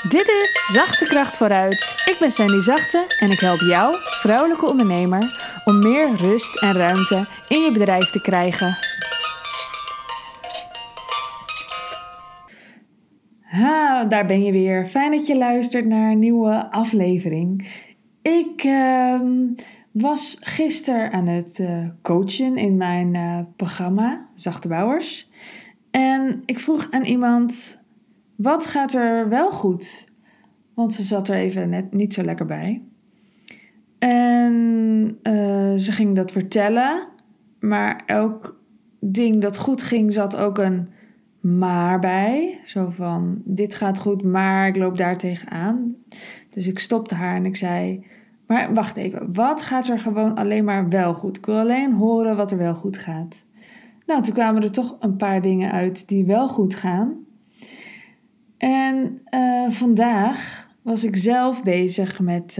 Dit is Zachte Kracht Vooruit. Ik ben Sandy Zachte en ik help jou, vrouwelijke ondernemer, om meer rust en ruimte in je bedrijf te krijgen. Daar ben je weer. Fijn dat je luistert naar een nieuwe aflevering. Ik was gisteren aan het coachen in mijn programma Zachte Bouwers. En ik vroeg aan iemand, wat gaat er wel goed? Want ze zat er even net niet zo lekker bij. En ze ging dat vertellen. Maar elk ding dat goed ging, zat ook een maar bij. Zo van, dit gaat goed, maar ik loop daar tegenaan. Dus ik stopte haar en ik zei, maar wacht even. Wat gaat er gewoon alleen maar wel goed? Ik wil alleen horen wat er wel goed gaat. Nou, toen kwamen er toch een paar dingen uit die wel goed gaan. En vandaag was ik zelf bezig met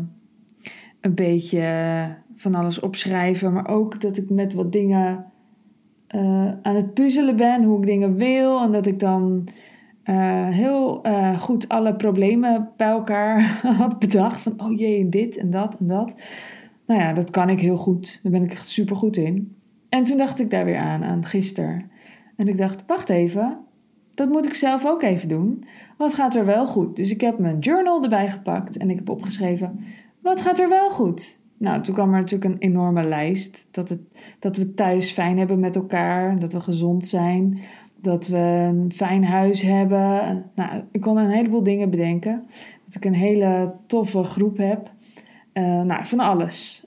een beetje van alles opschrijven. Maar ook dat ik met wat dingen aan het puzzelen ben. Hoe ik dingen wil. En dat ik dan heel goed alle problemen bij elkaar had bedacht. Van oh jee, dit en dat en dat. Nou ja, dat kan ik heel goed. Daar ben ik echt super goed in. En toen dacht ik daar weer aan gisteren. En ik dacht, wacht even. Dat moet ik zelf ook even doen. Wat gaat er wel goed? Dus ik heb mijn journal erbij gepakt en ik heb opgeschreven, wat gaat er wel goed? Nou, toen kwam er natuurlijk een enorme lijst. Dat we thuis fijn hebben met elkaar. Dat we gezond zijn. Dat we een fijn huis hebben. Nou, ik kon een heleboel dingen bedenken. Dat ik een hele toffe groep heb. Nou, van alles.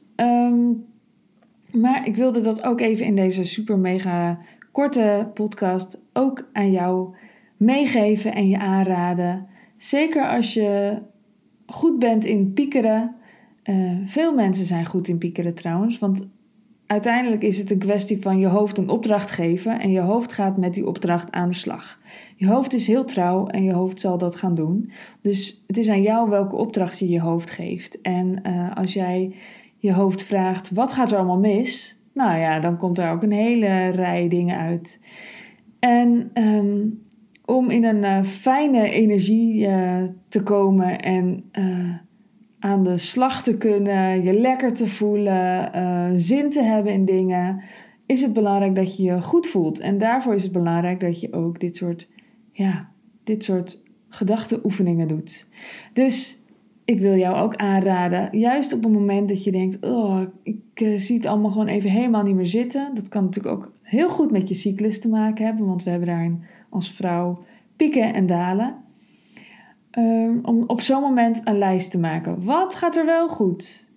Maar ik wilde dat ook even in deze super mega korte podcast ook aan jou meegeven en je aanraden. Zeker als je goed bent in piekeren. Veel mensen zijn goed in piekeren trouwens. Want uiteindelijk is het een kwestie van je hoofd een opdracht geven. En je hoofd gaat met die opdracht aan de slag. Je hoofd is heel trouw en je hoofd zal dat gaan doen. Dus het is aan jou welke opdracht je je hoofd geeft. En als jij je hoofd vraagt, wat gaat er allemaal mis? Nou ja, dan komt er ook een hele rij dingen uit. En om in een fijne energie te komen en aan de slag te kunnen, je lekker te voelen, zin te hebben in dingen, is het belangrijk dat je je goed voelt. En daarvoor is het belangrijk dat je ook dit soort gedachteoefeningen doet. Dus ik wil jou ook aanraden, juist op het moment dat je denkt, oh, ik zie het allemaal gewoon even helemaal niet meer zitten. Dat kan natuurlijk ook heel goed met je cyclus te maken hebben, want we hebben daarin als vrouw pieken en dalen. Om op zo'n moment een lijst te maken. Wat gaat er wel goed?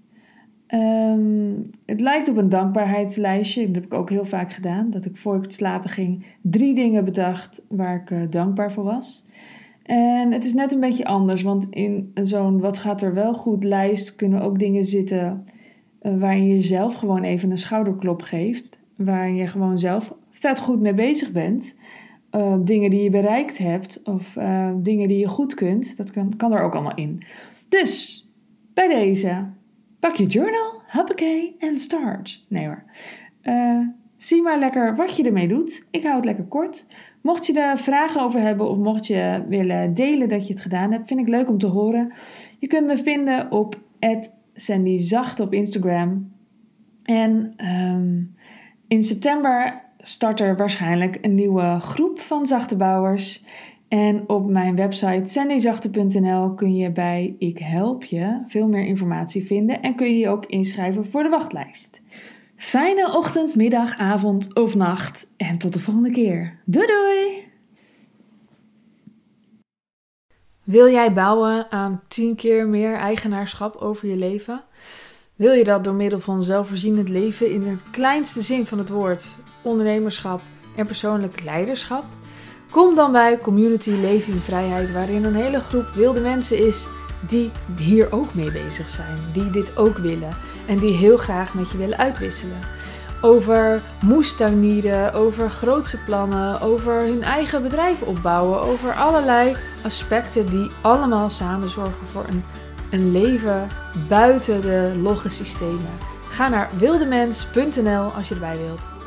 Het lijkt op een dankbaarheidslijstje. Dat heb ik ook heel vaak gedaan. Dat ik voor ik het slapen ging 3 dingen bedacht waar ik dankbaar voor was. En het is net een beetje anders. Want in zo'n wat gaat er wel goed lijst kunnen ook dingen zitten waarin je jezelf gewoon even een schouderklop geeft. Waarin je gewoon zelf vet goed mee bezig bent. Dingen die je bereikt hebt of dingen die je goed kunt, dat kan er ook allemaal in. Dus, bij deze, pak je journal, hoppakee, en start. Nee hoor. Zie maar lekker wat je ermee doet. Ik hou het lekker kort. Mocht je er vragen over hebben of mocht je willen delen dat je het gedaan hebt, vind ik leuk om te horen. Je kunt me vinden op @sandyzachte op Instagram. En in september start er waarschijnlijk een nieuwe groep van zachte bouwers. En op mijn website sandyzachte.nl kun je bij Ik Help Je veel meer informatie vinden. En kun je je ook inschrijven voor de wachtlijst. Fijne ochtend, middag, avond of nacht. En tot de volgende keer. Doei doei! Wil jij bouwen aan 10 keer meer eigenaarschap over je leven? Wil je dat door middel van zelfvoorzienend leven in de kleinste zin van het woord, ondernemerschap en persoonlijk leiderschap? Kom dan bij Community Leven in Vrijheid, waarin een hele groep wilde mensen is die hier ook mee bezig zijn, die dit ook willen en die heel graag met je willen uitwisselen. Over moestuinieren, over grootse plannen, over hun eigen bedrijf opbouwen, over allerlei aspecten die allemaal samen zorgen voor een leven buiten de logge systemen. Ga naar wildemens.nl als je erbij wilt.